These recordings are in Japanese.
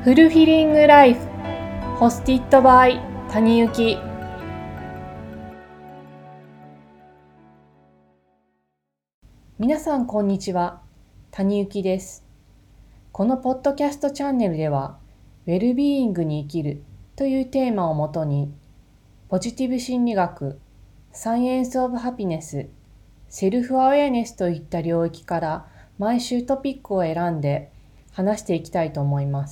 フルフィリングライフホスティットバイ谷幸。皆さんこんにちは、谷幸です。このポッドキャストチャンネルではウェルビーイングに生きるというテーマをもとにポジティブ心理学、サイエンスオブハピネス、セルフアウェアネスといった領域から毎週トピックを選んで話していきたいと思います。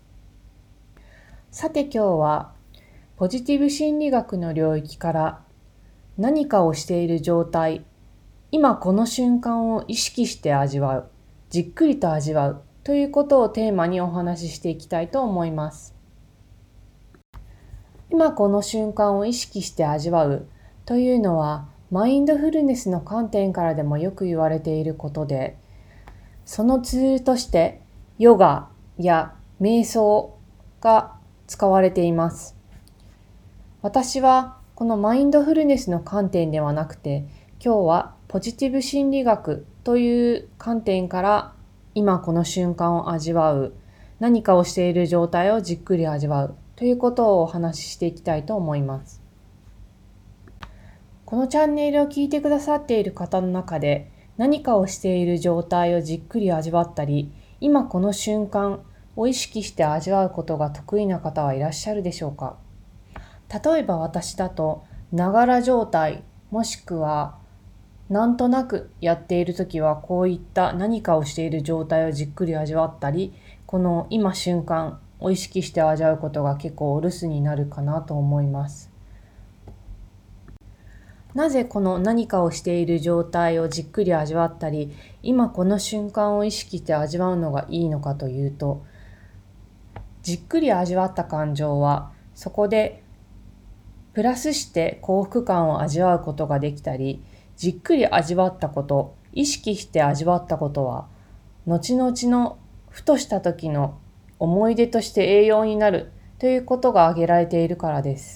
さて今日はポジティブ心理学の領域から何かをしている状態、今この瞬間を意識して味わう、じっくりと味わうということをテーマにお話ししていきたいと思います。今この瞬間を意識して味わうというのはマインドフルネスの観点からでもよく言われていることで、そのツールとしてヨガや瞑想が使われています。私はこのマインドフルネスの観点ではなくて、今日はポジティブ心理学という観点から今この瞬間を味わう、何かをしている状態をじっくり味わうということをお話ししていきたいと思います。このチャンネルを聞いてくださっている方の中で、何かをしている状態をじっくり味わったり、今この瞬間を意識して味わうことが得意な方はいらっしゃるでしょうか。例えば私だと、ながら状態もしくはなんとなくやっているときはこういった何かをしている状態をじっくり味わったり、この今瞬間を意識して味わうことが結構お留守になるかなと思います。なぜこの何かをしている状態をじっくり味わったり、今この瞬間を意識して味わうのがいいのかというと、じっくり味わった感情はそこでプラスして幸福感を味わうことができたり、じっくり味わったこと、意識して味わったことは、後々のふとした時の思い出として栄養になるということが挙げられているからです。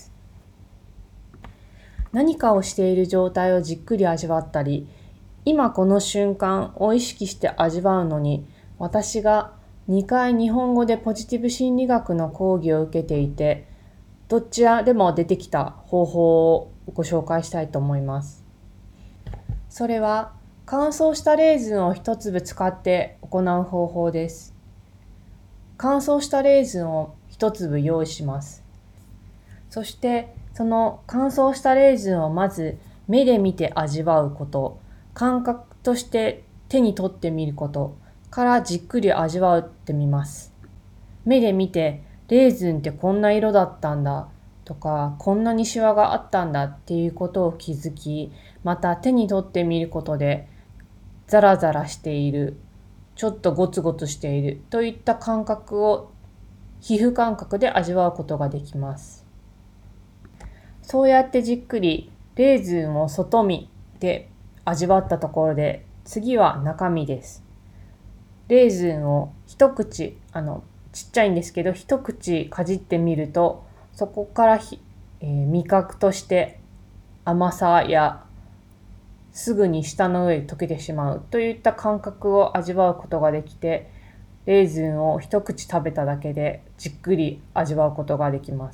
何かをしている状態をじっくり味わったり、今この瞬間を意識して味わうのに、私が2回日本語でポジティブ心理学の講義を受けていて、どちらでも出てきた方法をご紹介したいと思います。それは乾燥したレーズンを一粒使って行う方法です。乾燥したレーズンを一粒用意します。そしてその乾燥したレーズンをまず目で見て味わうこと、感覚として手に取ってみることからじっくり味わってみます。目で見てレーズンってこんな色だったんだとか、こんなにシワがあったんだっていうことを気づき、また手に取ってみることでザラザラしている、ちょっとゴツゴツしているといった感覚を皮膚感覚で味わうことができます。そうやってじっくりレーズンを外見で味わったところで、次は中身です。レーズンを一口、ちっちゃいんですけど一口かじってみると、そこから味覚として甘さやすぐに舌の上に溶けてしまうといった感覚を味わうことができて、レーズンを一口食べただけでじっくり味わうことができます。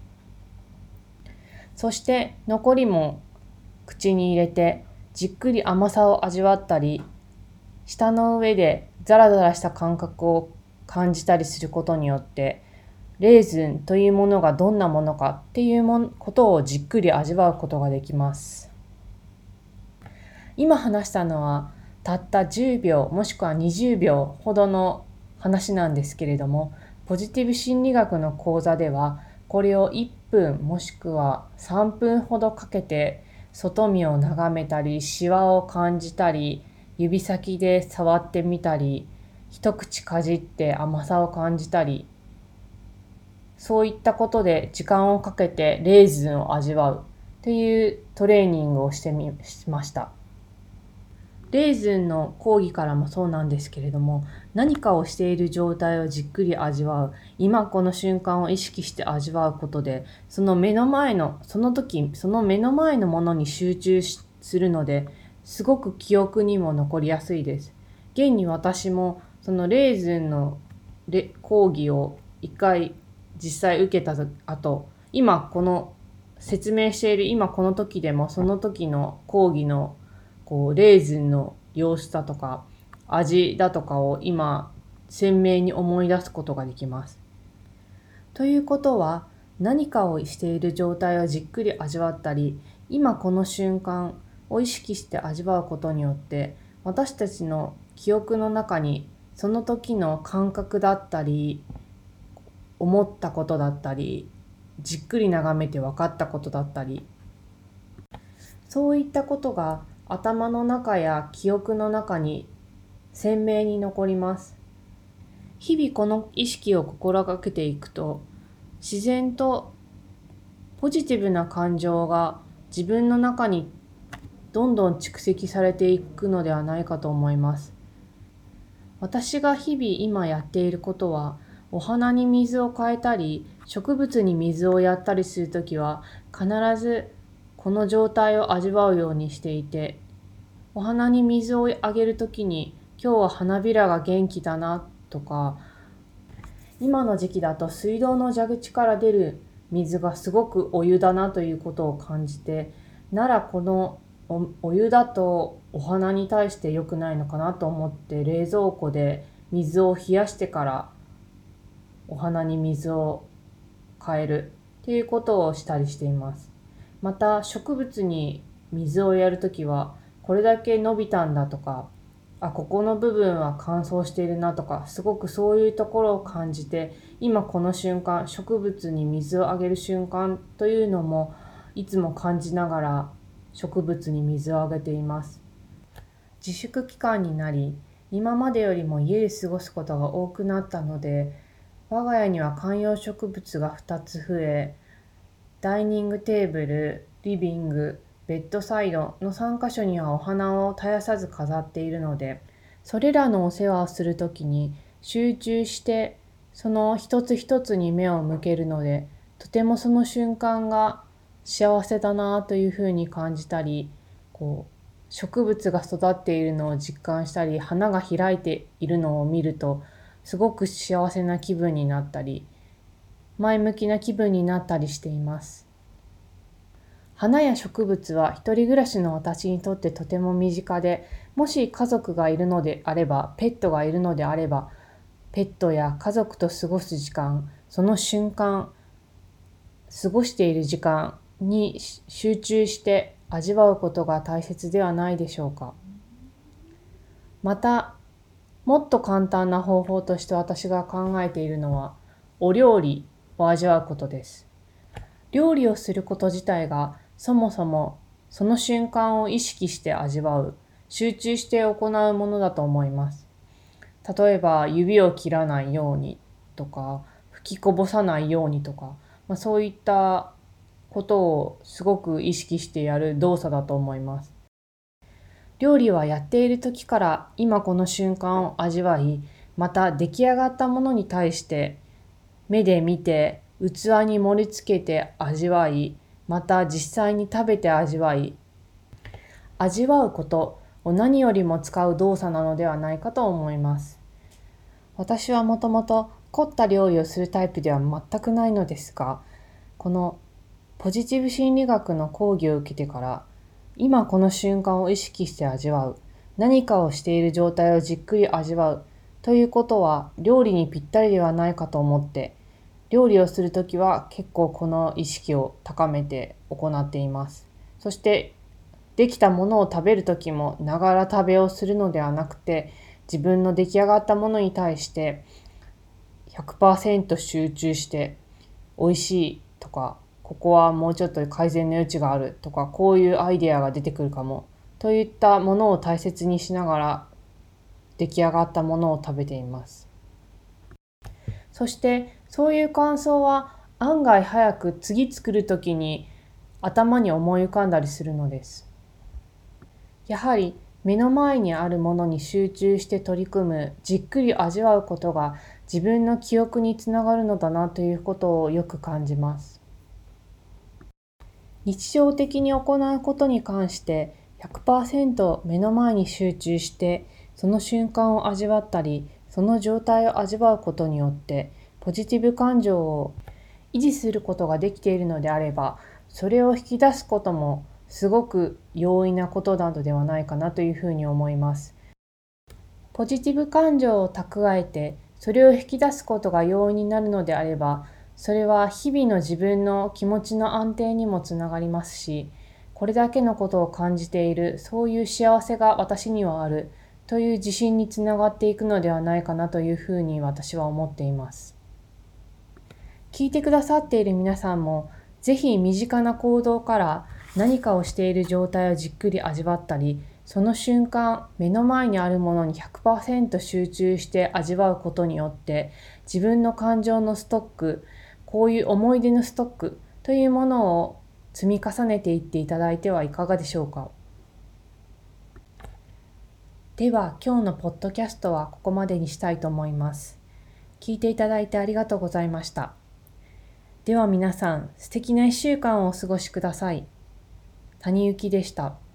そして残りも口に入れてじっくり甘さを味わったり、舌の上でザラザラした感覚を感じたりすることによって、レーズンというものがどんなものかっていうことをじっくり味わうことができます。今話したのはたった10秒もしくは20秒ほどの話なんですけれども、ポジティブ心理学の講座ではこれを1分もしくは3分ほどかけて外見を眺めたり、シワを感じたり、指先で触ってみたり、一口かじって甘さを感じたり、そういったことで時間をかけてレーズンを味わうというトレーニングをしました。レーズンの講義からもそうなんですけれども、何かをしている状態をじっくり味わう、今この瞬間を意識して味わうことで、その目の前のものに集中するので、すごく記憶にも残りやすいです。現に私もそのレーズンの講義を一回実際受けた後、今この説明している今この時でもその時の講義のレーズンの様子だとか味だとかを今鮮明に思い出すことができます。ということは、何かをしている状態をじっくり味わったり、今この瞬間を意識して味わうことによって、私たちの記憶の中にその時の感覚だったり、思ったことだったり、じっくり眺めて分かったことだったり、そういったことが頭の中や記憶の中に鮮明に残ります。日々この意識を心がけていくと、自然とポジティブな感情が自分の中にどんどん蓄積されていくのではないかと思います。私が日々今やっていることは、お花に水を変えたり、植物に水をやったりするときは、必ずこの状態を味わうようにしていて、お花に水をあげるときに、今日は花びらが元気だなとか、今の時期だと水道の蛇口から出る水がすごくお湯だなということを感じて、ならこのお湯だとお花に対して良くないのかなと思って冷蔵庫で水を冷やしてからお花に水を変えるっていうことをしたりしています。また植物に水をやるときはこれだけ伸びたんだとか、ここの部分は乾燥しているなとか、すごくそういうところを感じて、今この瞬間、植物に水をあげる瞬間というのもいつも感じながら植物に水をあげています。自粛期間になり、今までよりも家で過ごすことが多くなったので、我が家には観葉植物が2つ増え、ダイニングテーブル、リビング、ベッドサイドの3カ所にはお花を絶やさず飾っているので、それらのお世話をするときに集中してその一つ一つに目を向けるので、とてもその瞬間が幸せだなというふうに感じたり、植物が育っているのを実感したり、花が開いているのを見るとすごく幸せな気分になったり、前向きな気分になったりしています。花や植物は一人暮らしの私にとってとても身近で、もし家族がいるのであれば、ペットがいるのであれば、ペットや家族と過ごす時間、その瞬間、過ごしている時間に集中して味わうことが大切ではないでしょうか。また、もっと簡単な方法として私が考えているのは、お料理を味わうことです。料理をすること自体がそもそもその瞬間を意識して味わう、集中して行うものだと思います。例えば指を切らないようにとか、吹きこぼさないようにとか、そういったことをすごく意識してやる動作だと思います。料理はやっている時から今この瞬間を味わい、また出来上がったものに対して目で見て器に盛り付けて味わい、また実際に食べて味わい、味わうことを何よりも使う動作なのではないかと思います。私はもともと凝った料理をするタイプでは全くないのですが、このポジティブ心理学の講義を受けてから、今この瞬間を意識して味わう、何かをしている状態をじっくり味わうということは料理にぴったりではないかと思って、料理をするときは結構この意識を高めて行っています。そしてできたものを食べるときもながら食べをするのではなくて、自分の出来上がったものに対して100% 集中して美味しいとか、ここはもうちょっと改善の余地があるとか、こういうアイデアが出てくるかもといったものを大切にしながら出来上がったものを食べています。そしてそういう感想は案外早く次作るときに頭に思い浮かんだりするのです。やはり目の前にあるものに集中して取り組む、じっくり味わうことが自分の記憶につながるのだなということをよく感じます。日常的に行うことに関して 100% 目の前に集中してその瞬間を味わったり、 その状態を味わうことによってポジティブ感情を維持することができているのであれば、それを引き出すこともすごく容易なことなのではないかなというふうに思います。ポジティブ感情を蓄えて、それを引き出すことが容易になるのであれば、それは日々の自分の気持ちの安定にもつながりますし、これだけのことを感じている、そういう幸せが私にはあるという自信につながっていくのではないかなというふうに私は思っています。聞いてくださっている皆さんも、ぜひ身近な行動から何かをしている状態をじっくり味わったり、その瞬間、目の前にあるものに 100% 集中して味わうことによって、自分の感情のストック、こういう思い出のストックというものを積み重ねていっていただいてはいかがでしょうか。では、今日のポッドキャストはここまでにしたいと思います。聞いていただいてありがとうございました。では皆さん、素敵な1週間をお過ごしください。谷幸でした。